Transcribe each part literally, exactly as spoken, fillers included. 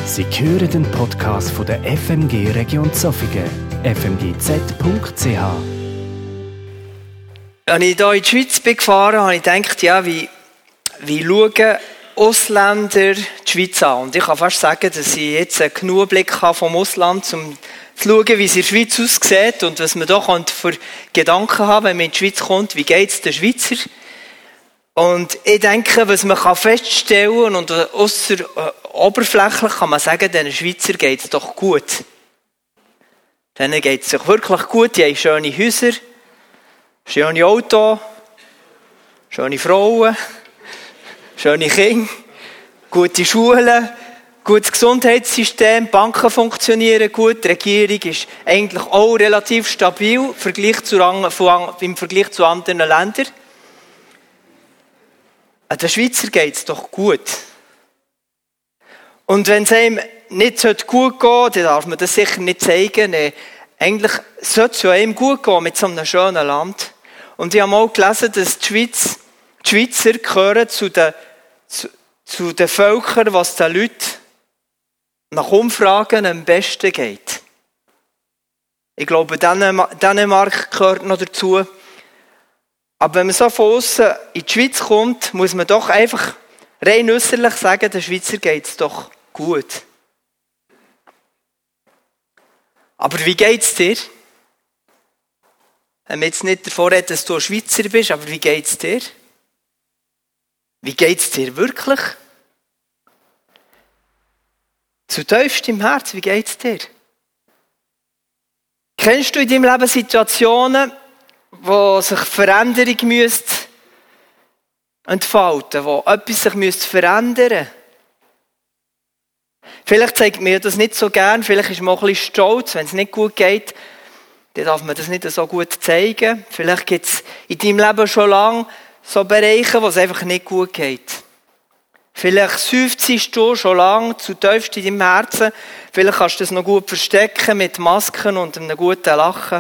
Sie hören den Podcast von der F M G Region Zofingen, f m g z punkt c h. Als ich hier in die Schweiz bin gefahren, habe ich gedacht, ja, wie, wie schauen Ausländer die Schweiz an? Und ich kann fast sagen, dass ich jetzt genug Blick habe vom Ausland, um zu schauen, wie es in der Schweiz aussieht und was man da für Gedanken haben, wenn man in die Schweiz kommt, wie geht es den Schweizer? Und ich denke, was man feststellen kann, und ausser äh, oberflächlich kann man sagen, den Schweizer geht es doch gut. Denen geht es sich wirklich gut, die haben schöne Häuser, schöne Autos, schöne Frauen, schöne Kinder, gute Schulen, gutes Gesundheitssystem, Banken funktionieren gut, die Regierung ist eigentlich auch relativ stabil im Vergleich zu, im Vergleich zu anderen Ländern. Den Schweizer geht es doch gut. Und wenn es einem nicht gut geht, dann darf man das sicher nicht zeigen. Nee, eigentlich sollte es ja einem gut gehen mit so einem schönen Land. Und ich habe mal gelesen, dass die, Schweiz, die Schweizer gehören zu den, zu, zu den Völkern, was den Leuten nach Umfragen am besten geht. Ich glaube, Dänemark gehört noch dazu. Aber wenn man so von außen in die Schweiz kommt, muss man doch einfach rein äußerlich sagen, den Schweizer geht es doch gut. Aber wie geht es dir? Wenn wir jetzt nicht davon reden, dass du ein Schweizer bist, aber wie geht es dir? Wie geht es dir wirklich? Zutiefst im Herz, wie geht es dir? Kennst du in deinem Leben Situationen, wo sich Veränderung müsste entfalten, wo etwas sich müsste verändern? Vielleicht zeigt mir das nicht so gern, vielleicht ist man auch ein bisschen stolz, wenn es nicht gut geht, dann darf man das nicht so gut zeigen. Vielleicht gibt es in deinem Leben schon lange so Bereiche, wo es einfach nicht gut geht. Vielleicht seufzest du schon lange zu tiefst in deinem Herzen, vielleicht kannst du das noch gut verstecken mit Masken und einem guten Lachen.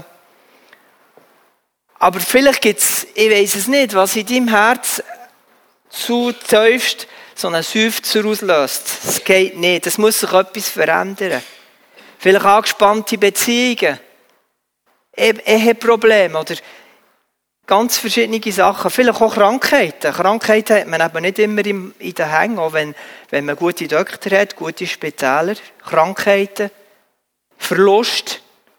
Aber vielleicht gibt es, ich weiss es nicht, was in deinem Herz zu tiefst so einen Seufzer auslöst. Es geht nicht, es muss sich etwas verändern. Vielleicht angespannte Beziehungen, Eheprobleme oder ganz verschiedene Sachen. Vielleicht auch Krankheiten. Krankheiten hat man eben nicht immer in den Hängen, auch wenn, wenn man gute Doktor hat, gute Spitäler. Krankheiten, Verlust,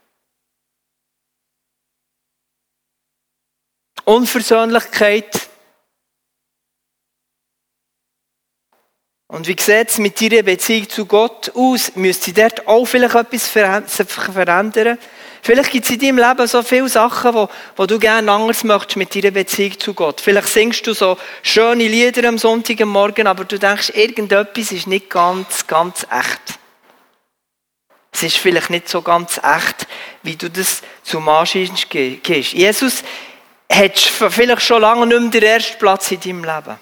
Unversöhnlichkeit. Und wie sieht es mit deiner Beziehung zu Gott aus? Müsste dort auch vielleicht etwas verändern? Vielleicht gibt es in deinem Leben so viele Sachen, wo, wo du gerne anders möchtest mit deiner Beziehung zu Gott. Vielleicht singst du so schöne Lieder am Sonntagmorgen, aber du denkst, irgendetwas ist nicht ganz, ganz echt. Es ist vielleicht nicht so ganz echt, wie du das zum Anschein gibst. Jesus hat vielleicht schon lange nicht mehr den ersten Platz in deinem Leben.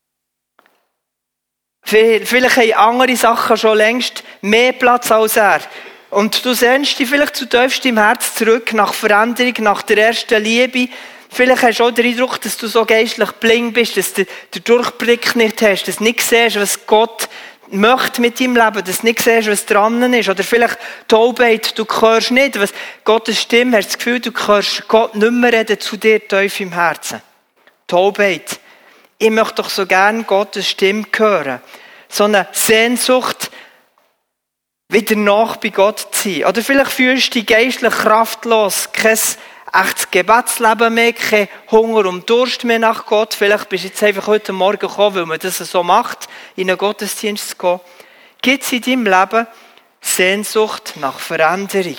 Vielleicht haben andere Sachen schon längst mehr Platz als er. Und du sehnst dich vielleicht zutiefst im Herz zurück nach Veränderung, nach der ersten Liebe. Vielleicht hast du auch den Eindruck, dass du so geistlich blind bist, dass du den Durchblick nicht hast, dass du nicht siehst, was Gott möchte mit deinem Leben, dass du nicht siehst, was dran ist. Oder vielleicht Taubheit, du hörst nicht, was Gottes Stimme, hast das Gefühl, du hörst Gott nicht mehr reden zu dir tief im Herzen. Taubheit. Ich möchte doch so gerne Gottes Stimme hören. So eine Sehnsucht, wieder nach bei Gott zu sein. Oder vielleicht fühlst du dich geistlich kraftlos, kein echtes Gebetsleben mehr, kein Hunger und Durst mehr nach Gott. Vielleicht bist du jetzt einfach heute Morgen gekommen, weil man das so macht, in einen Gottesdienst zu gehen. Gibt es in deinem Leben Sehnsucht nach Veränderung?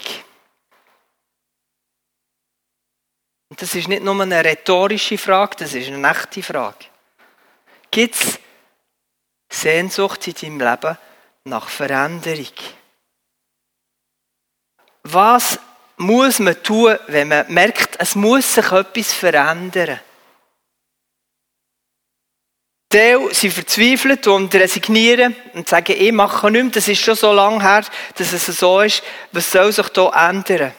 Und das ist nicht nur eine rhetorische Frage, das ist eine echte Frage. Gibt es Sehnsucht in deinem Leben nach Veränderung? Was muss man tun, wenn man merkt, es muss sich etwas verändern? Die sind verzweifelt und resignieren und sagen, ich mache nichts, das ist schon so lange her, dass es so ist, was soll sich da ändern?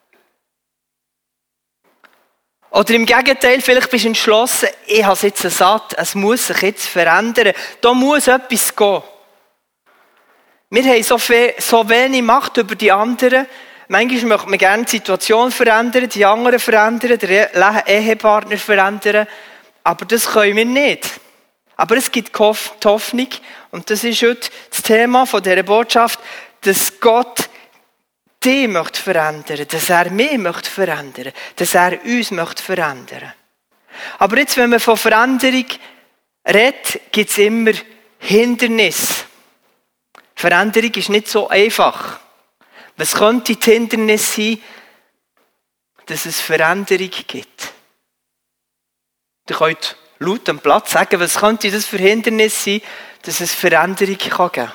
Oder im Gegenteil, vielleicht bist du entschlossen, ich habe es jetzt satt, es muss sich jetzt verändern, da muss etwas gehen. Wir haben so, viel, so wenig Macht über die anderen. Manchmal möchte man gerne die Situation verändern, die anderen verändern, den Ehepartner verändern. Aber das können wir nicht. Aber es gibt die Hoffnung, und das ist heute das Thema von dieser Botschaft, dass Gott dich möchte verändern, dass er mich möchte verändern, dass er uns möchte verändern. Aber jetzt, wenn man von Veränderung redet, gibt es immer Hindernisse. Veränderung ist nicht so einfach. Was könnte das Hindernis sein, dass es Veränderung gibt? Ihr könnt laut am Platz sagen, was könnte das für Hindernis sein, dass es Veränderung kann geben?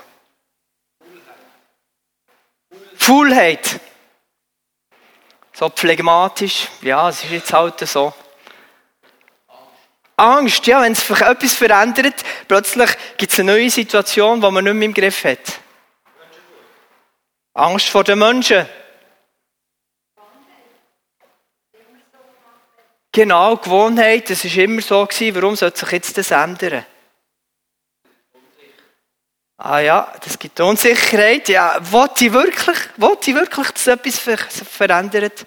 Faulheit. So phlegmatisch. Ja, es ist jetzt halt so. Angst, ja, wenn sich etwas verändert, plötzlich gibt es eine neue Situation, die man nicht mehr im Griff hat. Angst vor den Menschen. Genau, Gewohnheit, das war immer so gewesen. Warum sollte sich jetzt das ändern? Ah ja, das gibt Unsicherheit. Ja, will ich wirklich, will ich wirklich, dass etwas ver- verändert?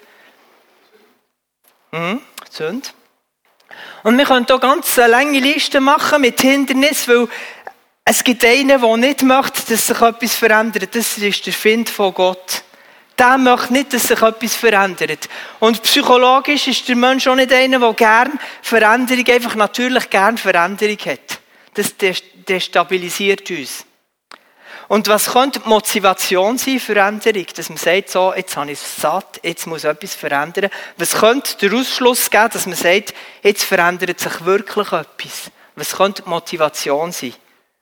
Hm, Sünde. Und wir können hier ganz eine lange Liste machen mit Hindernissen, weil es gibt einen, der nicht möchte, dass sich etwas verändert. Das ist der Find von Gott. Der möchte nicht, dass sich etwas verändert. Und psychologisch ist der Mensch auch nicht einer, der gerne Veränderung, einfach natürlich gerne Veränderung hat. Das destabilisiert uns. Und was könnte die Motivation sein für Veränderung? Dass man sagt, so, jetzt habe ich es satt, jetzt muss etwas verändern. Was könnte der Ausschluss geben, dass man sagt, jetzt verändert sich wirklich etwas? Was könnte die Motivation sein?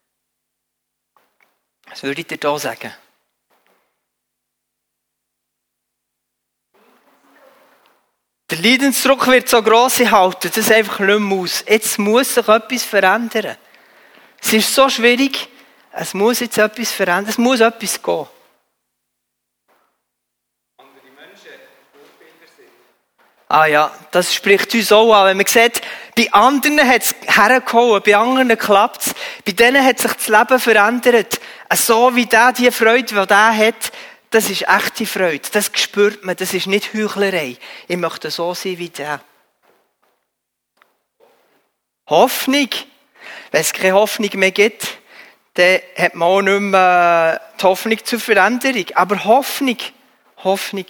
Was würdet ihr da sagen? Der Leidensdruck wird so gross, ich halte das einfach nicht mehr aus. Jetzt muss sich etwas verändern. Es ist so schwierig, es muss jetzt etwas verändern, es muss etwas gehen. Andere Menschen Vorbilder sind. Ah ja, das spricht uns auch an. Wenn man sieht, bei anderen hat es hergehauen, bei anderen klappt es, bei denen hat sich das Leben verändert. So wie der, die Freude, die der hat, das ist echte Freude. Das spürt man, das ist nicht Heuchlerei. Ich möchte so sein wie der. Hoffnung. Wenn es keine Hoffnung mehr gibt, dann hat man auch nicht mehr die Hoffnung zur Veränderung. Aber Hoffnung, Hoffnung.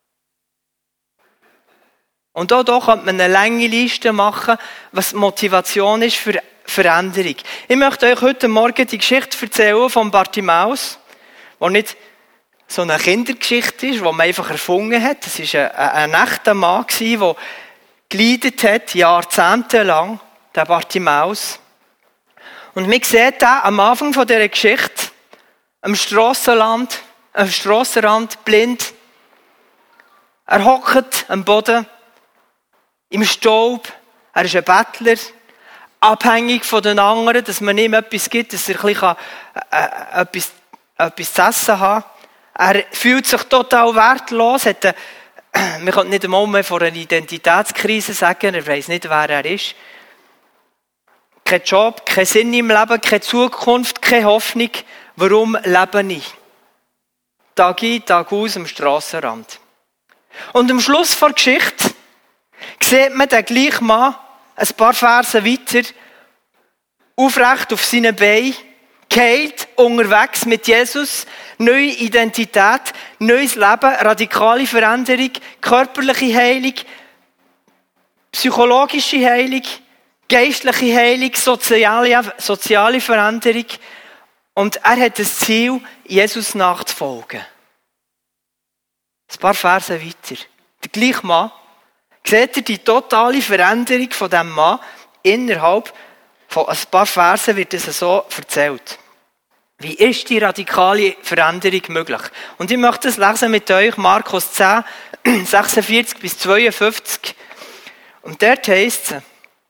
Und auch hier könnte man eine lange Liste machen, was die Motivation ist für Veränderung. Ich möchte euch heute Morgen die Geschichte erzählen von Bartimäus, die nicht so eine Kindergeschichte ist, die man einfach erfunden hat. Das war ein, ein echter Mann, der geleidet hat, jahrzehntelang, der Bartimäus. Und man sieht da am Anfang dieser Geschichte, am Strassenrand, am Strassenrand blind, er hockt am Boden, im Staub, er ist ein Bettler, abhängig von den anderen, dass man ihm etwas gibt, dass er ein bisschen äh, etwas, etwas zu essen hat. Er fühlt sich total wertlos, hat eine, man kann nicht einmal mehr von einer Identitätskrise sagen, er weiss nicht, wer er ist. Kein Job, kein Sinn im Leben, keine Zukunft, keine Hoffnung. Warum lebe ich? Tag ein, Tag aus am Strassenrand. Und am Schluss der Geschichte sieht man den gleichen Mann ein paar Verse weiter aufrecht auf seinen Beinen, geheilt, unterwegs mit Jesus, neue Identität, neues Leben, radikale Veränderung, körperliche Heilung, psychologische Heilung, geistliche Heilung, soziale, soziale Veränderung. Und er hat das Ziel, Jesus nachzufolgen. Ein paar Verse weiter. Der gleiche Mann. Seht ihr die totale Veränderung von diesem Mann? Innerhalb von ein paar Versen wird es so erzählt. Wie ist die radikale Veränderung möglich? Und ich möchte es lesen mit euch, Markus zehn, sechsundvierzig bis zweiundfünfzig. Und dort heisst es,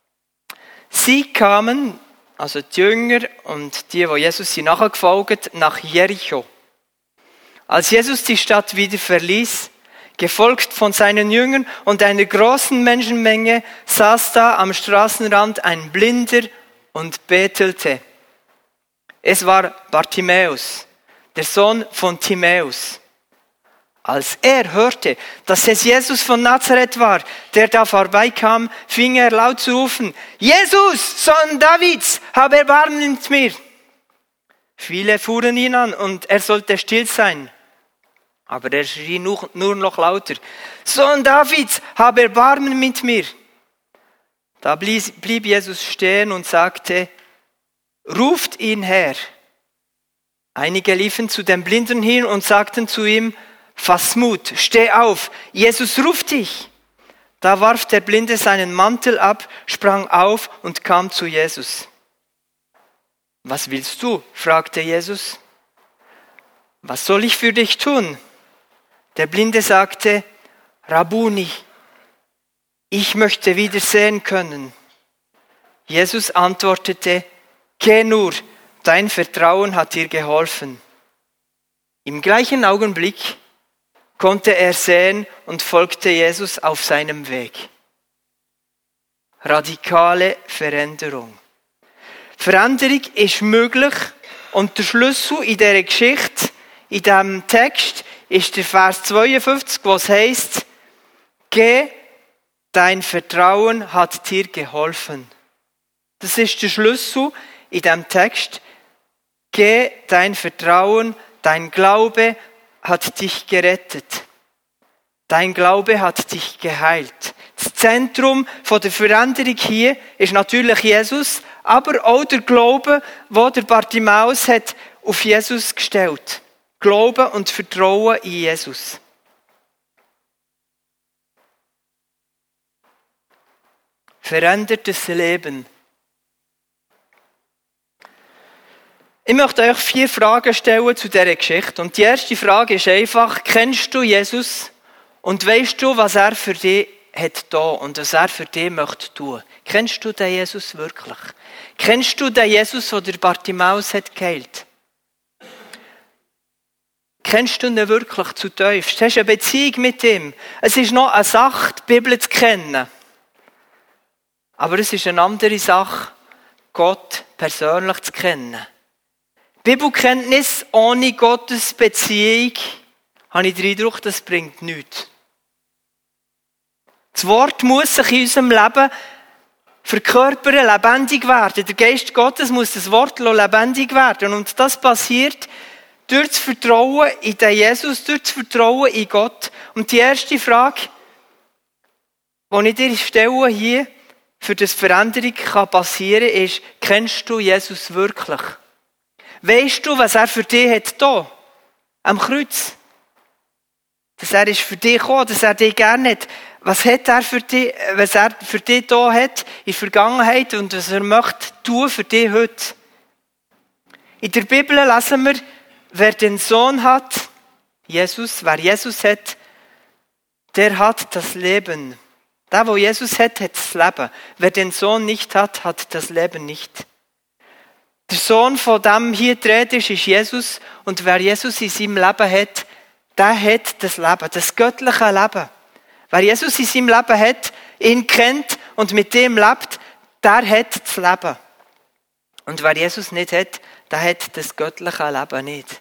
sie kamen, also die Jünger und die, die Jesus sie nachgefolgt, nach Jericho. Als Jesus die Stadt wieder verließ, gefolgt von seinen Jüngern und einer großen Menschenmenge, saß da am Straßenrand ein Blinder und bettelte. Es war Bartimäus. der Sohn von Timäus. Als er hörte, dass es Jesus von Nazareth war, der da vorbeikam, fing er laut zu rufen, Jesus, Sohn Davids, hab Erbarmen mit mir. Viele fuhren ihn an und er sollte still sein. Aber er schrie nur, nur noch lauter, Sohn Davids, hab Erbarmen mit mir. Da blieb Jesus stehen und sagte, ruft ihn her. Einige liefen zu dem Blinden hin und sagten zu ihm, fass Mut, steh auf, Jesus ruft dich. Da warf der Blinde seinen Mantel ab, sprang auf und kam zu Jesus. Was willst du? Fragte Jesus. Was soll ich für dich tun? Der Blinde sagte, Rabbuni, ich möchte wieder sehen können. Jesus antwortete, geh nur, dein Vertrauen hat dir geholfen. Im gleichen Augenblick konnte er sehen und folgte Jesus auf seinem Weg. Radikale Veränderung. Veränderung ist möglich und der Schlüssel in dieser Geschichte, in diesem Text, ist der Vers zweiundfünfzig, wo es heisst, geh, dein Vertrauen hat dir geholfen. Das ist der Schlüssel in diesem Text. Geh, dein Vertrauen, dein Glaube hat dich gerettet. Dein Glaube hat dich geheilt. Das Zentrum der Veränderung hier ist natürlich Jesus, aber auch der Glaube, wo der Bartimäus hat auf Jesus gestellt. Glauben und Vertrauen in Jesus. Verändertes Leben. Ich möchte euch vier Fragen stellen zu dieser Geschichte. Und die erste Frage ist einfach, kennst du Jesus und weißt du, was er für dich hat da und was er für dich möchte tun? Kennst du den Jesus wirklich? Kennst du den Jesus, der der Bartimäus hat geheilt? Kennst du ihn wirklich zu tiefst? Hast du eine Beziehung mit ihm? Es ist noch eine Sache, die Bibel zu kennen. Aber es ist eine andere Sache, Gott persönlich zu kennen. Bibelkenntnis ohne Gottes Beziehung, habe ich den Eindruck, das bringt nichts. Das Wort muss sich in unserem Leben verkörpern, lebendig werden. Der Geist Gottes muss das Wort lebendig werden. Und das passiert durch das Vertrauen in den Jesus, durch das Vertrauen in Gott. Und die erste Frage, die ich dir stelle hier, für das Veränderung passieren kann, ist, kennst du Jesus wirklich? Weisst du, was er für dich hat da? Am Kreuz. Dass er ist für dich gekommen, dass er dich gerne hat. Was hat er für dich, was er für dich da hat in der Vergangenheit und was er möchte tun für dich heute? In der Bibel lesen wir, wer den Sohn hat, Jesus, wer Jesus hat, der hat das Leben. Der, der Jesus hat, hat das Leben. Wer den Sohn nicht hat, hat das Leben nicht. Der Sohn, von dem hier die Rede ist, ist Jesus. Und wer Jesus in seinem Leben hat, der hat das Leben, das göttliche Leben. Wer Jesus in seinem Leben hat, ihn kennt und mit dem lebt, der hat das Leben. Und wer Jesus nicht hat, der hat das göttliche Leben nicht.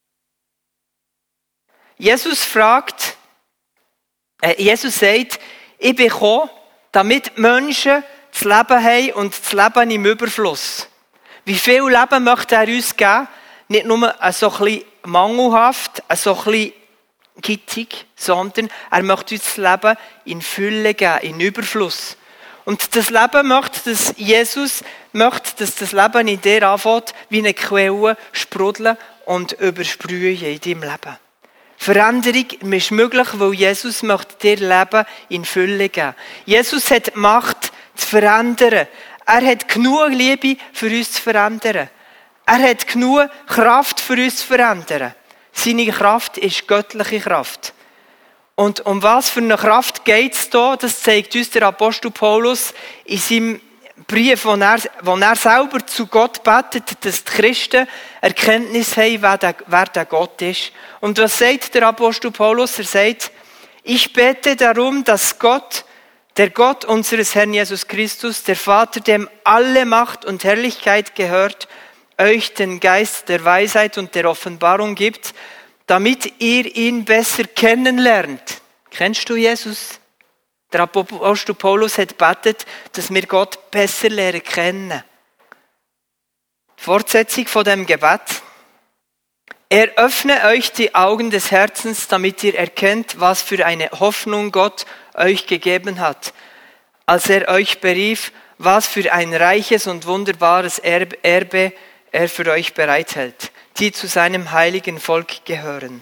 Jesus fragt, äh, Jesus sagt, ich bin gekommen, damit Menschen das Leben haben und das Leben im Überfluss. Wie viel Leben möchte er uns geben? Nicht nur so ein bisschen mangelhaft, so ein bisschen gittig, sondern er möchte uns das Leben in Fülle geben, in Überfluss. Und das Leben möchte, dass Jesus möchte, dass das Leben in dir anfängt, wie eine Quelle sprudeln und übersprühen in deinem Leben. Veränderung ist möglich, weil Jesus möchte dir Leben in Fülle geben. Jesus hat die Macht zu verändern. Er hat genug Liebe für uns zu verändern. Er hat genug Kraft für uns zu verändern. Seine Kraft ist göttliche Kraft. Und um was für eine Kraft geht es da? Das zeigt uns der Apostel Paulus in seinem Brief, wo er, wo er selber zu Gott betet, dass die Christen Erkenntnis haben, wer der, wer der Gott ist. Und was sagt der Apostel Paulus? Er sagt, ich bete darum, dass Gott, der Gott unseres Herrn Jesus Christus, der Vater, dem alle Macht und Herrlichkeit gehört, euch den Geist der Weisheit und der Offenbarung gibt, damit ihr ihn besser kennenlernt. Kennst du Jesus? Der Apostel Paulus hat gebetet, dass wir Gott besser lernen kennen. Die Fortsetzung von dem Gebet. Er öffne euch die Augen des Herzens, damit ihr erkennt, was für eine Hoffnung Gott euch gegeben hat, als er euch berief, was für ein reiches und wunderbares Erbe er für euch bereithält, die zu seinem heiligen Volk gehören.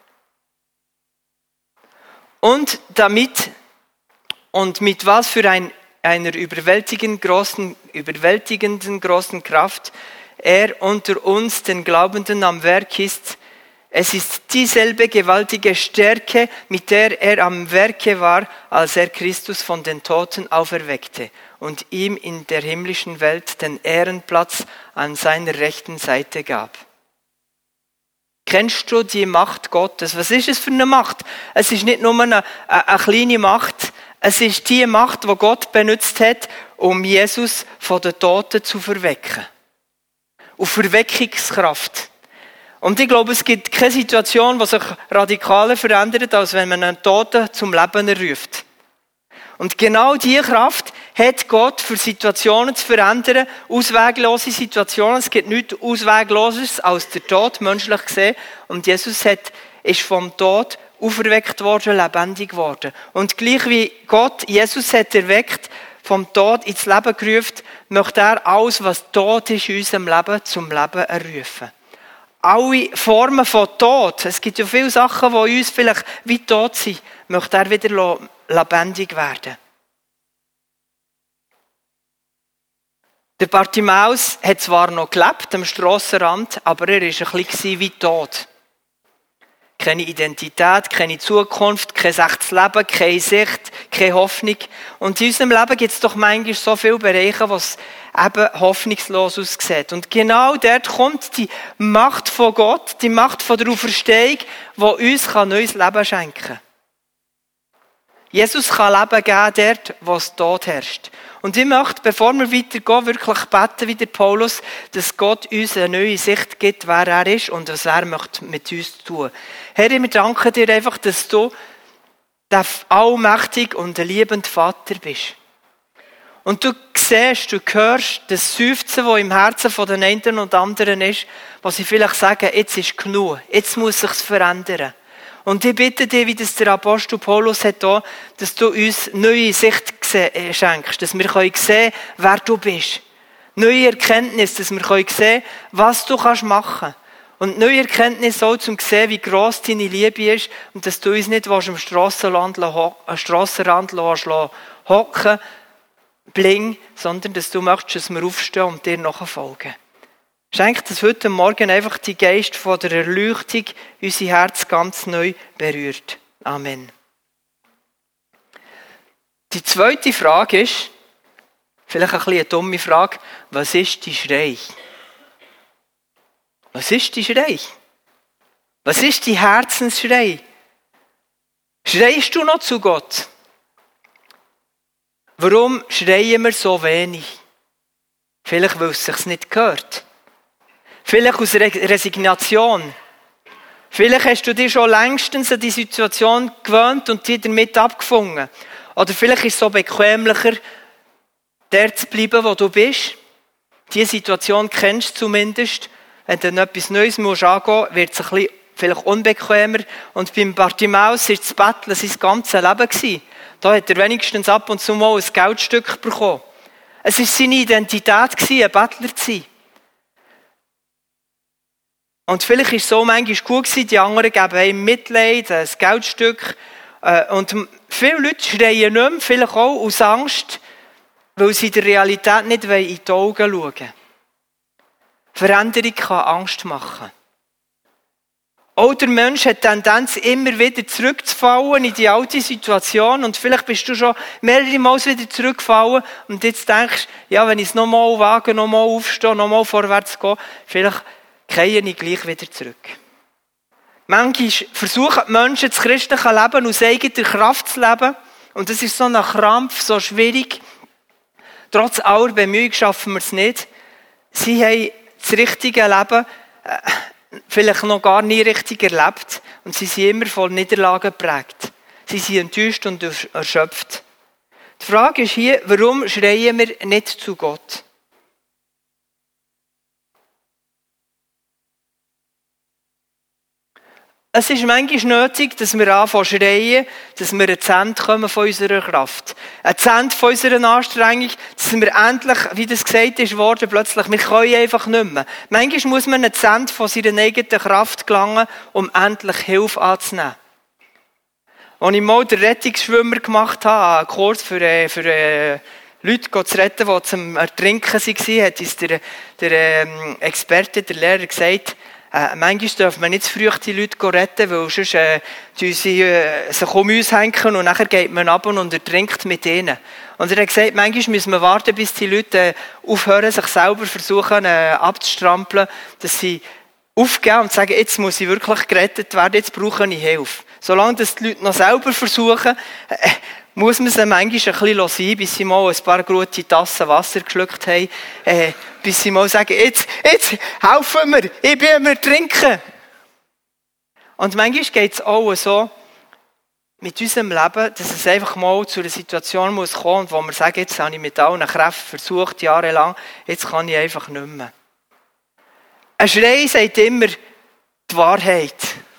Und damit und mit was für ein, einer überwältigenden großen, überwältigenden großen Kraft er unter uns, den Glaubenden, am Werk ist. Es ist dieselbe gewaltige Stärke, mit der er am Werke war, als er Christus von den Toten auferweckte und ihm in der himmlischen Welt den Ehrenplatz an seiner rechten Seite gab. Kennst du die Macht Gottes? Was ist es für eine Macht? Es ist nicht nur eine, eine, eine kleine Macht, es ist die Macht, die Gott benutzt hat, um Jesus von den Toten zu verwecken. Auf Verweckungskraft. Und ich glaube, es gibt keine Situation, die sich radikaler verändert, als wenn man einen Toten zum Leben erruft. Und genau diese Kraft hat Gott für Situationen zu verändern, ausweglose Situationen. Es gibt nichts Auswegloses als der Tod, menschlich gesehen. Und Jesus hat, ist vom Tod auferweckt worden, lebendig geworden. Und gleich wie Gott Jesus hat erweckt, vom Tod ins Leben gerufen, möchte er alles, was tot ist in unserem Leben, zum Leben errufen. Alle Formen von Tod, es gibt ja viele Sachen, die uns vielleicht wie tot sind, möchte er wieder lebendig werden. Der Bartimäus hat zwar noch gelebt am Strassenrand, aber er war ein bisschen wie tot. Keine Identität, keine Zukunft, kein echtes Leben, keine Sicht, keine Hoffnung. Und in unserem Leben gibt es doch manchmal so viele Bereiche, wo es eben hoffnungslos aussieht. Und genau dort kommt die Macht von Gott, die Macht von der Auferstehung, die uns ein neues Leben schenken kann. Jesus kann Leben geben dort, wo es Tod herrscht. Und ich möchte, bevor wir weitergehen, wirklich beten wie der Paulus, dass Gott uns eine neue Sicht gibt, wer er ist und was er möchte mit uns tun. Herr, wir danken dir einfach, dass du der allmächtig und ein liebender Vater bist. Und du siehst, du hörst das Seufzen, das im Herzen von den einen und anderen ist, wo sie vielleicht sagen, jetzt ist genug, jetzt muss sich's verändern. Und ich bitte dich, wie das der Apostel Paulus hat, auch, dass du uns neue Sicht schenkst, dass wir sehen können, wer du bist. Neue Erkenntnis, dass wir sehen können, was du machen kannst. Und neue Erkenntnis auch, um zu sehen, wie gross deine Liebe ist und dass du uns nicht am Strassenrand hocken, bling, sondern dass du möchtest, dass wir aufstehen und dir nachfolgen. Schenk, dass heute Morgen einfach die Geist von der Erleuchtung unser Herz ganz neu berührt. Amen. Die zweite Frage ist, vielleicht ein bisschen eine dumme Frage, was ist die Schrei? Was ist die Schrei? Was ist die Herzensschrei? Schreist du noch zu Gott? Warum schreien wir so wenig? Vielleicht, weil es sich nicht gehört. Vielleicht aus Resignation. Vielleicht hast du dich schon längstens an die Situation gewöhnt und dich damit abgefunden. Oder vielleicht ist es so bequemlicher, der zu bleiben, wo du bist. Diese Situation kennst du zumindest. Wenn du etwas Neues musst angehen musst, wird es ein bisschen vielleicht unbequemer. Und beim Bartimäus war das Betteln sein ganzes Leben gewesen. Da hat er wenigstens ab und zu mal ein Geldstück bekommen. Es war seine Identität, ein Bettler zu sein. Und vielleicht war es so manchmal gut gewesen, die anderen geben ihm Mitleid, ein Geldstück. Und viele Leute schreien nicht mehr, vielleicht auch aus Angst, weil sie der Realität nicht in die Augen schauen wollen. Veränderung kann Angst machen. Auch der Mensch hat die Tendenz, immer wieder zurückzufallen in die alte Situation. Und vielleicht bist du schon mehrere Mal wieder zurückgefallen und jetzt denkst, ja, wenn ich es nochmal wage, nochmal aufstehe, nochmal vorwärts gehe, vielleicht gehe ich gleich wieder zurück. Manchmal versuchen die Menschen, das christliche Leben aus eigener Kraft zu leben. Und das ist so ein Krampf, so schwierig. Trotz aller Bemühungen schaffen wir es nicht. Sie haben das richtige Leben äh, vielleicht noch gar nie richtig erlebt und sie sind immer von Niederlagen geprägt. Sie sind enttäuscht und erschöpft. Die Frage ist hier, warum schreien wir nicht zu Gott? Es ist manchmal nötig, dass wir anfangen zu schreien, dass wir einen Zent kommen von unserer Kraft. Ein Zent von unserer Anstrengung, dass wir endlich, wie das gesagt ist worden, plötzlich, wir können einfach nicht mehr. Manchmal muss man einen Zent von seiner eigenen Kraft gelangen, um endlich Hilfe anzunehmen. Als ich mal den Rettungsschwimmer gemacht habe, einen Kurs für, äh, für äh, Leute zu retten, die zum Ertrinken waren, hat uns der, der ähm, Experte, der Lehrer gesagt, Äh, manchmal dürfen wir nicht zu früh die Leute retten, weil sonst äh, sie äh, sich um uns hängen und nachher geht man ab und ertrinkt mit ihnen. Und er hat gesagt, manchmal müssen wir warten, bis die Leute äh, aufhören, sich selber versuchen äh, abzustrampeln, dass sie aufgeben und sagen, jetzt muss ich wirklich gerettet werden, jetzt brauche ich Hilfe. Solange das die Leute noch selber versuchen, äh, muss man sie manchmal ein bisschen sein, bis sie mal ein paar gute Tassen Wasser geschluckt haben, äh, bis sie mal sagen, jetzt, jetzt helfen wir, ich bin mir trinken. Und manchmal geht es auch so mit unserem Leben, dass es einfach mal zu einer Situation muss kommen, wo wir sagen, jetzt habe ich mit allen Kräften versucht, jahrelang, jetzt kann ich einfach nicht mehr. Ein Schrei sagt immer die Wahrheit.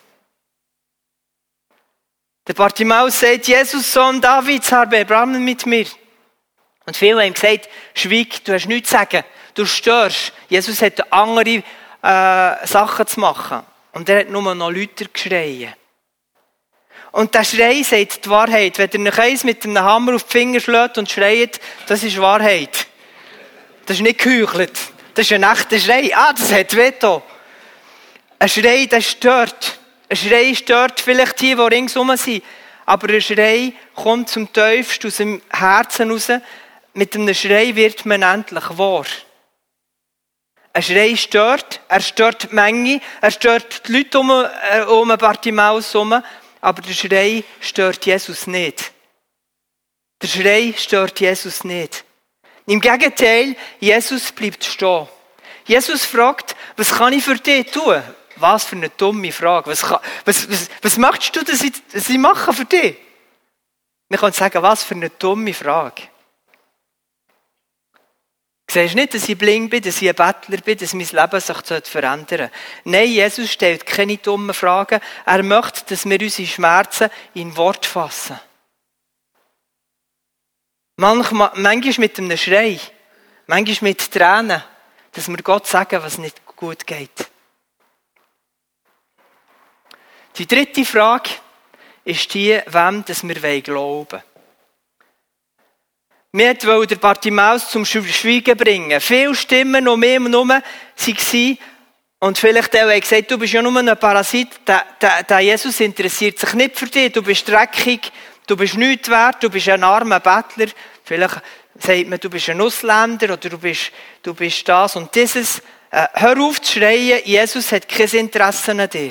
Der Bartimäus sagt, Jesus, Sohn Davids, habe Erbarmen mit mir. Und viele haben gesagt, schweig, du hast nichts zu sagen, du störst. Jesus hat andere äh, Sachen zu machen. Und er hat nur noch lauter geschrien. Und der Schrei sagt die Wahrheit. Wenn ihr eins mit einem Hammer auf die Finger schlägt und schreit, das ist Wahrheit. Das ist nicht geheuchelt. Das ist ein echter Schrei. Ah, das hat Veto. Ein Schrei, der stört. Ein Schrei stört vielleicht die, die ringsum sind. Aber ein Schrei kommt zum tiefsten aus dem Herzen raus. Mit einem Schrei wird man endlich wahr. Ein Schrei stört. Er stört die Menge. Er stört die Leute um, äh, um Bartimäus herum. Aber der Schrei stört Jesus nicht. Der Schrei stört Jesus nicht. Im Gegenteil, Jesus bleibt stehen. Jesus fragt, was kann ich für dich tun? Was für eine dumme Frage. Was, kann, was, was, was möchtest du, dass ich, dass ich mache für dich? Man kann sagen, was für eine dumme Frage. Siehst du nicht, dass ich blind bin, dass ich ein Bettler bin, dass mein Leben sich verändern sollte? Nein, Jesus stellt keine dummen Fragen. Er möchte, dass wir unsere Schmerzen in Wort fassen. Manchmal, manchmal mit einem Schrei, manchmal mit Tränen, dass wir Gott sagen, was nicht gut geht. Die dritte Frage ist die, wem dass wir glauben wollen. Wir wollten den Bartimäus zum Schweigen bringen. Viele Stimmen um ihn herum waren und vielleicht auch haben gesagt, du bist ja nur ein Parasit, der, der, der Jesus interessiert sich nicht für dich, du bist dreckig, du bist nichts wert, du bist ein armer Bettler. Vielleicht sagt man, du bist ein Ausländer oder du bist, du bist das und dieses. Äh, hör auf zu schreien, Jesus hat kein Interesse an dir.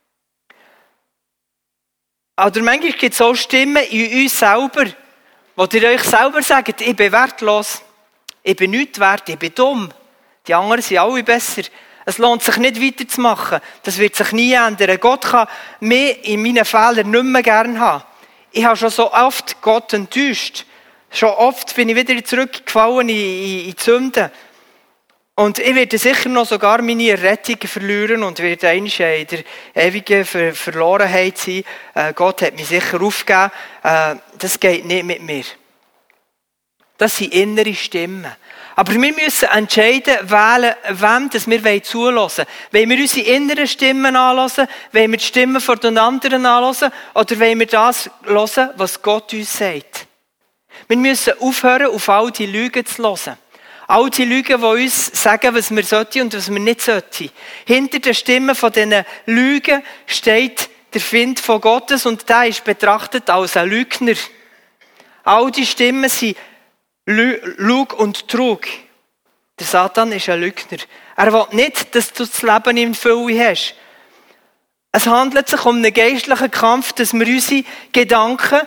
Oder manchmal gibt es auch Stimmen in uns selber, wo ihr euch selber sagt, ich bin wertlos, ich bin nichts wert, ich bin dumm. Die anderen sind alle besser. Es lohnt sich nicht weiterzumachen. Das wird sich nie ändern. Gott kann mich in meinen Fehlern nicht mehr gern haben. Ich habe schon so oft Gott enttäuscht. Schon oft bin ich wieder zurückgefallen in, in, in die Sünde. Und ich werde sicher noch sogar meine Errettung verlieren und werde einmal in der ewigen Ver- Verlorenheit sein. Äh, Gott hat mich sicher aufgegeben. Äh, das geht nicht mit mir. Das sind innere Stimmen. Aber wir müssen entscheiden, wählen, wem das wir zuhören wollen. Wollen wir unsere inneren Stimmen anhören? Wollen wir die Stimmen von den anderen anhören? Oder wollen wir das hören, was Gott uns sagt? Wir müssen aufhören, auf all die Lügen zu hören. All die Lügen, die uns sagen, was wir sollten und was wir nicht sollten. Hinter den Stimmen von diesen Lügen steht der Find von Gottes und der ist betrachtet als ein Lügner. All die Stimmen sind Lug und Trug. Der Satan ist ein Lügner. Er will nicht, dass du das Leben in Fülle hast. Es handelt sich um einen geistlichen Kampf, dass wir unsere Gedanken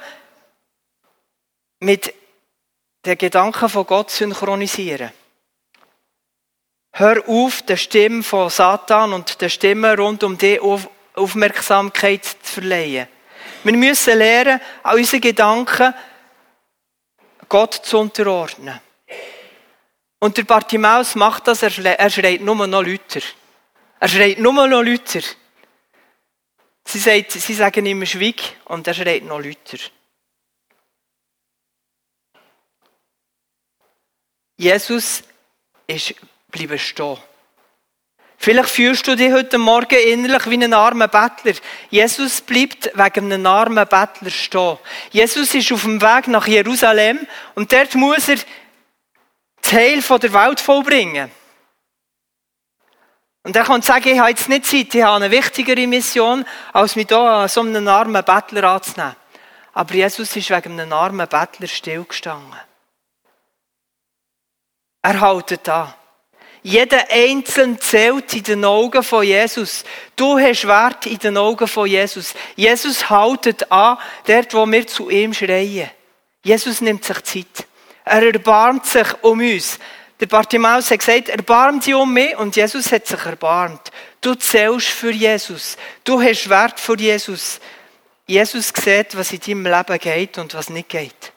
mit den Gedanken von Gott synchronisieren. Hör auf, der Stimme von Satan und der Stimme rund um dich Aufmerksamkeit zu verleihen. Wir müssen lernen, an unsere Gedanken Gott zu unterordnen. Und der Bartimäus macht das, er schreit nur noch lauter. Er schreit nur noch lauter. Sie, sagt, sie sagen ihm schweig und er schreit noch lauter. Jesus ist bleiben stehen. Vielleicht fühlst du dich heute Morgen innerlich wie ein armer Bettler. Jesus bleibt wegen einem armen Bettler stehen. Jesus ist auf dem Weg nach Jerusalem und dort muss er das Heil von der Welt vollbringen. Und er kann sagen, ich habe jetzt nicht Zeit, ich habe eine wichtigere Mission, als mich hier an so einen armen Bettler anzunehmen. Aber Jesus ist wegen einem armen Bettler stillgestanden. Er hält an. Jeder Einzelne zählt in den Augen von Jesus. Du hast Wert in den Augen von Jesus. Jesus hält an, dort, wo wir zu ihm schreien. Jesus nimmt sich Zeit. Er erbarmt sich um uns. Der Bartimäus hat gesagt, erbarmt dich um mich, und Jesus hat sich erbarmt. Du zählst für Jesus. Du hast Wert für Jesus. Jesus sieht, was in deinem Leben geht und was nicht geht.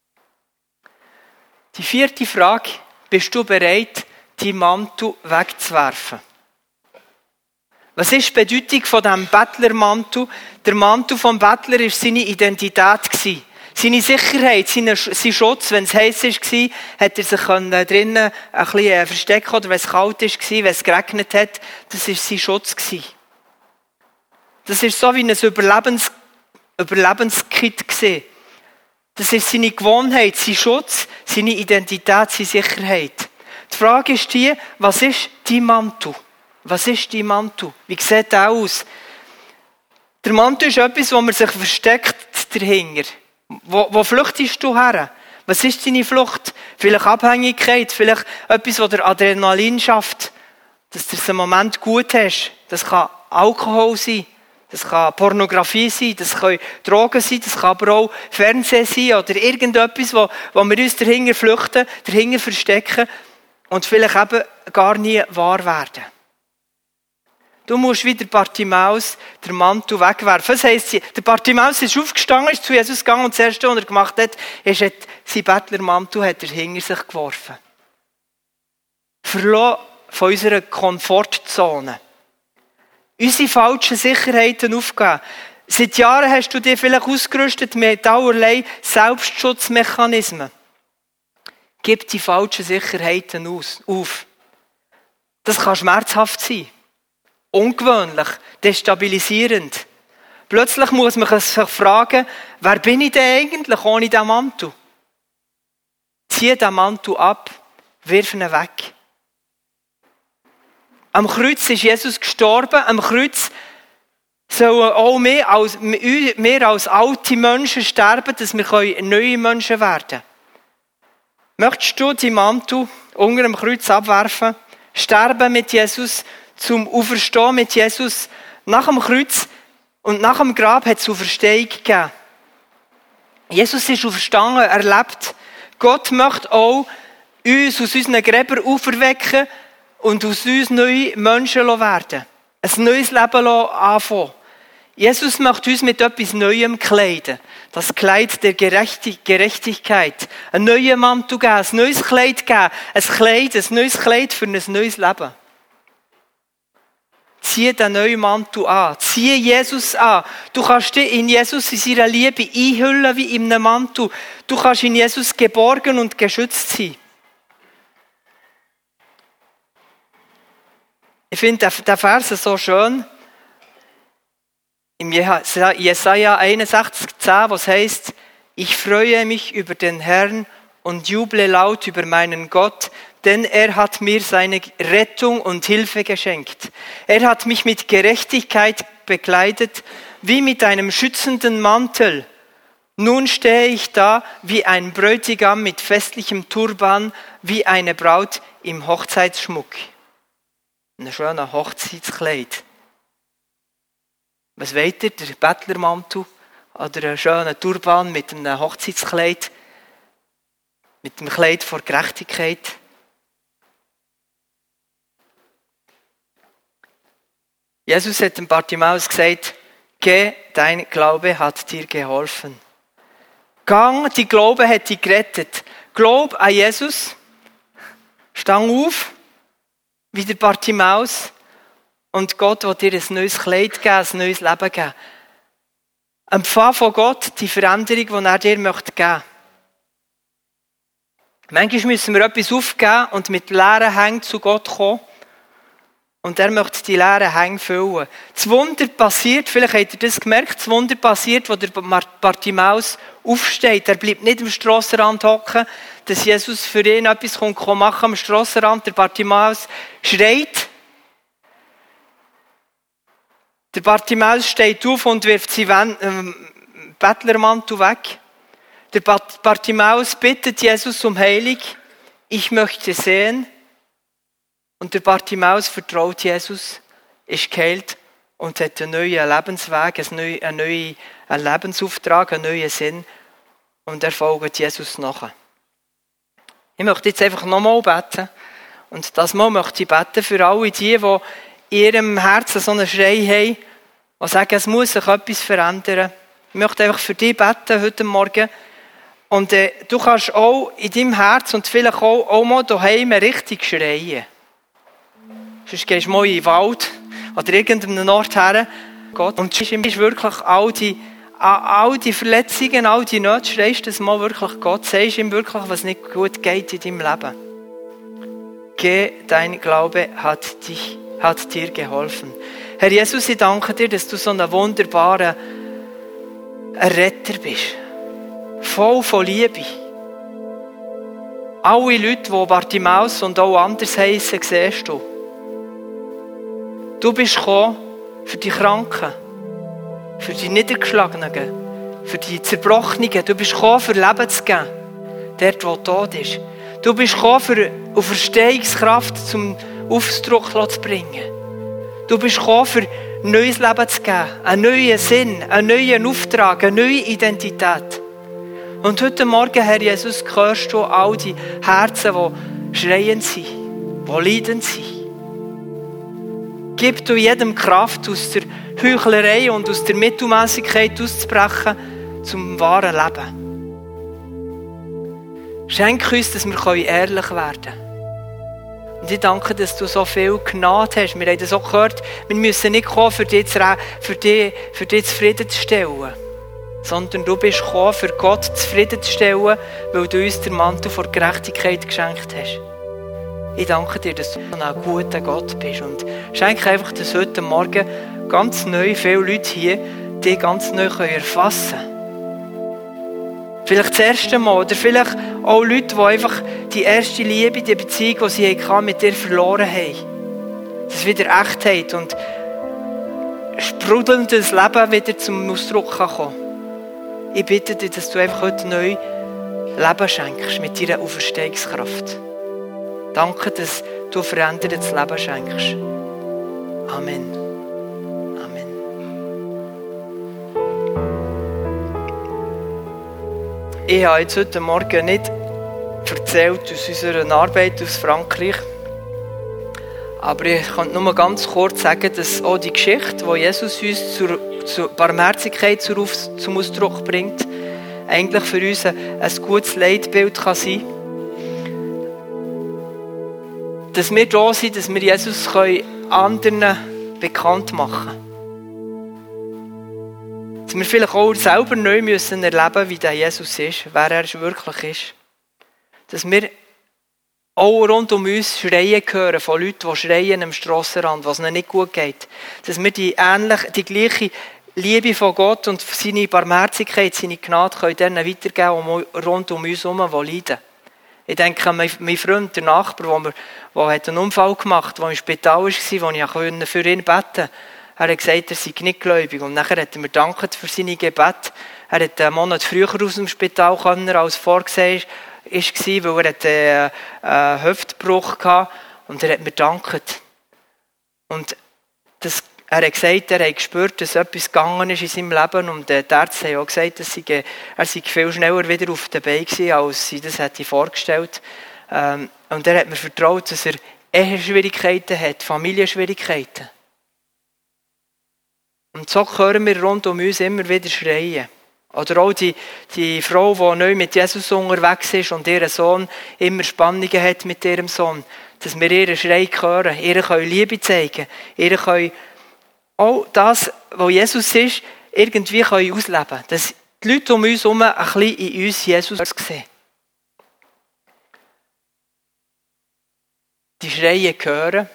Die vierte Frage: Bist du bereit, deinen Mantel wegzuwerfen? Was ist die Bedeutung von diesem Bettlermantel? Der Mantel vom Bettler war seine Identität. Seine Sicherheit, sein Schutz. Wenn es heiß war, hat er sich drinnen ein bisschen verstecken, oder wenn es kalt war, wenn es geregnet hat. Das war sein Schutz. Das ist so wie ein Überlebens- Überlebenskit. Das ist seine Gewohnheit, sein Schutz, seine Identität, seine Sicherheit. Die Frage ist die, was ist dein Mantel? Was ist dein Mantel? Wie sieht der aus? Der Mantel ist etwas, wo man sich versteckt dahinter. Wo, wo flüchtest du her? Was ist deine Flucht? Vielleicht Abhängigkeit, vielleicht etwas, was der Adrenalin schafft, dass du es einen Moment gut hast. Das kann Alkohol sein, das kann Pornografie sein, das können Drogen sein, das kann aber auch Fernsehen sein oder irgendetwas, wo, wo wir uns dahinter flüchten, dahinter verstecken und vielleicht eben gar nie wahr werden. Du musst wie der Bartimäus den Mantel wegwerfen. Das heisst, der Bartimäus ist aufgestanden, ist zu Jesus gegangen, und das Erste, was er gemacht hat, ist, hat seinen Bettlermantel hat er hinter sich geworfen. Verlassen von unserer Komfortzone. Unsere falschen Sicherheiten aufgeben. Seit Jahren hast du dich vielleicht ausgerüstet mit allerlei Selbstschutzmechanismen. Gib die falschen Sicherheiten aus, auf. Das kann schmerzhaft sein. Ungewöhnlich, destabilisierend. Plötzlich muss man sich fragen, wer bin ich denn eigentlich ohne diesen Mantel? Zieh den Mantel ab, wirf ihn weg. Am Kreuz ist Jesus gestorben. Am Kreuz sollen auch wir als, wir als alte Menschen sterben, dass wir neue Menschen werden können. Möchtest du deinen Mantel unter dem Kreuz abwerfen, sterben mit Jesus, zum Auferstehen mit Jesus? Nach dem Kreuz und nach dem Grab hat es Auferstehung gegeben. Jesus ist auferstanden, er lebt. Gott möchte auch uns aus unseren Gräbern auferwecken und aus uns neue Menschen werden. Ein neues Leben anfangen. Jesus möchte uns mit etwas Neuem kleiden. Das Kleid der Gerechtigkeit. Ein neuer Mantel geben, ein neues Kleid geben. Ein Kleid, ein neues Kleid für ein neues Leben. Zieh den neuen Mantel an. Zieh Jesus an. Du kannst dich in Jesus, in seiner Liebe einhüllen wie in einem Mantel. Du kannst in Jesus geborgen und geschützt sein. Ich finde den Vers so schön. Im Jesaja einundsechzig zehn, was heißt: Ich freue mich über den Herrn und juble laut über meinen Gott, denn er hat mir seine Rettung und Hilfe geschenkt. Er hat mich mit Gerechtigkeit bekleidet, wie mit einem schützenden Mantel. Nun stehe ich da wie ein Bräutigam mit festlichem Turban, wie eine Braut im Hochzeitsschmuck. Ein schöner Hochzeitskleid. Was wollt ihr? Der Bettlermantel oder einen schönen Turban mit einem Hochzeitskleid? Mit dem Kleid vor Gerechtigkeit? Jesus hat dem Bartimäus gesagt, geh, dein Glaube hat dir geholfen. Gang, dein Glaube hat dich gerettet. Glaub an Jesus, stang auf, wie der Bartimäus, und Gott will dir ein neues Kleid geben, ein neues Leben geben. Empfang von Gott die Veränderung, die er dir geben möchte. Manchmal müssen wir etwas aufgeben und mit leeren Hängen zu Gott kommen. Und er möchte die leeren Hänge füllen. Das Wunder passiert, vielleicht habt ihr das gemerkt, das Wunder passiert, wo der Bartimäus aufsteht. Er bleibt nicht am Strassenrand hocken, dass Jesus für ihn etwas machen kann am Strassenrand. Der Bartimäus schreit. Der Bartimäus steht auf und wirft seinen äh, Bettlermantel weg. Der Bartimäus bittet Jesus um Heilung. Ich möchte sehen. Und der Bartimäus vertraut Jesus, ist geheilt und hat einen neuen Lebensweg, einen neuen, einen neuen einen Lebensauftrag, einen neuen Sinn. Und er folgt Jesus nach. Ich möchte jetzt einfach nochmal beten. Und das Mal möchte ich beten für alle die, die in ihrem Herzen so einen Schrei haben, die sagen, es muss sich etwas verändern. Ich möchte einfach für dich beten heute Morgen. Und äh, du kannst auch in deinem Herz und vielleicht auch, auch mal daheim richtig schreien. Sonst gehst du mal in den Wald oder irgendeinem Ort her. Gott. Und es ist wirklich all die, all die Verletzungen, all die Nöte, schreist das mal wirklich Gott. Sagst ihm wirklich, was nicht gut geht in deinem Leben. Geh, dein Glaube hat, dich, hat dir geholfen. Herr Jesus, ich danke dir, dass du so ein wunderbarer Retter bist. Voll von Liebe. Alle Leute, die Bartimäus und auch anders heissen, siehst du. Du bist gekommen für die Kranken, für die Niedergeschlagenen, für die Zerbrochenen. Du bist gekommen, für Leben zu geben, dort, wo Tod ist. Du bist gekommen, für Auferstehungskraft zum Ausdruck zu bringen. Du bist gekommen, für neues Leben zu geben, einen neuen Sinn, einen neuen Auftrag, eine neue Identität. Und heute Morgen, Herr Jesus, hörst du all die Herzen, die schreiend sind, die leidend sind. Gib du jedem Kraft, aus der Heuchlerei und aus der Mittelmäßigkeit auszubrechen zum wahren Leben. Schenk uns, dass wir ehrlich werden können. Und ich danke, dass du so viel Gnade hast. Wir haben das auch gehört, wir müssen nicht kommen, für dich, für dich, für dich zufriedenzustellen. Sondern du bist gekommen, für Gott zufriedenzustellen, weil du uns den Mantel vor Gerechtigkeit geschenkt hast. Ich danke dir, dass du ein guter Gott bist. Und schenke einfach, dass heute Morgen ganz neu viele Leute hier dich ganz neu erfassen können. Vielleicht das erste Mal oder vielleicht auch Leute, die einfach die erste Liebe, die Beziehung, die sie hatten, mit dir verloren haben. Dass es wieder Echtheit und sprudelndes Leben wieder zum Ausdruck kommen kann. Ich bitte dich, dass du einfach heute neu Leben schenkst mit deiner Auferstehungskraft. Danke, dass du verändertes Leben schenkst. Amen. Amen. Ich habe jetzt heute Morgen nicht erzählt aus unserer Arbeit aus Frankreich. Aber ich kann nur ganz kurz sagen, dass auch die Geschichte, die Jesus uns zur, zur Barmherzigkeit zum Ausdruck bringt, eigentlich für uns ein, ein gutes Leitbild kann sein kann. Dass wir da sind, dass wir Jesus anderen bekannt machen können. Dass wir vielleicht auch selber neu müssen erleben, wie der Jesus ist, wer er wirklich ist. Dass wir auch rund um uns Schreien hören von Leuten, die schreien am Strassenrand, was ihnen nicht gut geht. Dass wir die, ähnlich, die gleiche Liebe von Gott und seine Barmherzigkeit, seine Gnade können denen weitergeben, die rund um uns herum leiden. Ich denke an meinen Freund, der Nachbar, der, der einen Unfall gemacht hat, der im Spital war, wo ich für ihn beten konnte. Er hat gesagt, er sei nicht gläubig. Und nachher hat er mir gedankt für seine Gebete. Er hat einen Monat früher aus dem Spital können, als vorgesehen war, weil er einen Hüftbruch hatte. Und er hat mir gedankt. Und das, er hat gesagt, er hat gespürt, dass etwas gegangen ist in seinem Leben. Und die Ärzte haben auch gesagt, dass er, er sei viel schneller wieder auf den Beinen war, als sie das hätte vorgestellt. Ähm, und er hat mir vertraut, dass er Eheschwierigkeiten hat, Familienschwierigkeiten. Und so hören wir rund um uns immer wieder schreien. Oder auch die, die Frau, die neu mit Jesus unterwegs ist und ihren Sohn immer Spannungen hat mit ihrem Sohn. Dass wir ihren Schrei hören, ihr Liebe zeigen, ihr können auch das, was Jesus ist, irgendwie können ausleben können. Dass die Leute um uns herum ein bisschen in uns Jesus sehen. Die Schreie hören,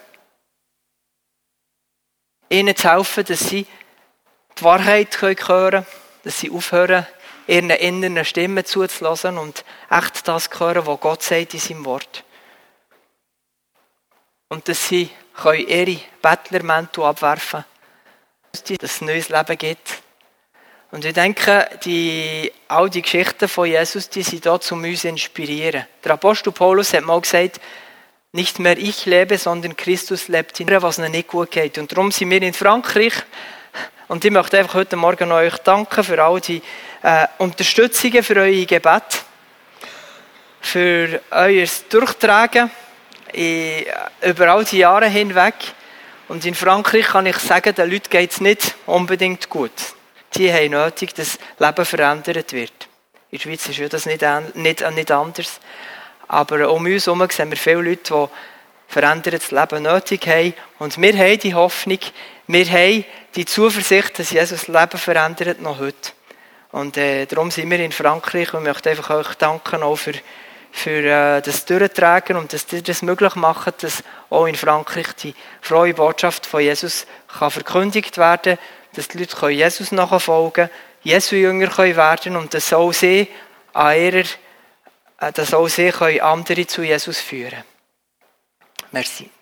ihnen zu helfen, dass sie die Wahrheit hören können, dass sie aufhören, ihren inneren Stimmen zuzulassen und echt das hören, was Gott sagt in seinem Wort. Und dass sie ihre Bettlermäntel abwerfen können, dass es ein neues Leben gibt. Und ich denke, die, all die Geschichten von Jesus, die sind da, um uns zu inspirieren. Der Apostel Paulus hat mal gesagt, nicht mehr ich lebe, sondern Christus lebt in mir, was ihnen nicht gut geht. Und darum sind wir in Frankreich. Und ich möchte einfach heute Morgen euch danken für all die äh, Unterstützungen, für eure Gebete, für euer Durchtragen in, über all die Jahre hinweg. Und in Frankreich kann ich sagen, den Leuten geht es nicht unbedingt gut. Die haben nötig, dass das Leben verändert wird. In der Schweiz ist ja das nicht, nicht, nicht anders. Aber um uns herum sehen wir viele Leute, die verändertes Leben nötig haben. Und wir haben die Hoffnung, wir haben die Zuversicht, dass Jesus das Leben verändert, noch heute. Und äh, darum sind wir in Frankreich und ich möchte einfach euch danken auch für, für äh, das Durchtragen und dass ihr das möglich macht, dass auch in Frankreich die frohe Botschaft von Jesus kann verkündigt werden kann, dass die Leute Jesus nachfolgen können, Jesu Jünger können werden und dass auch sie an ihrer dass auch sie andere zu Jesus führen können. Merci.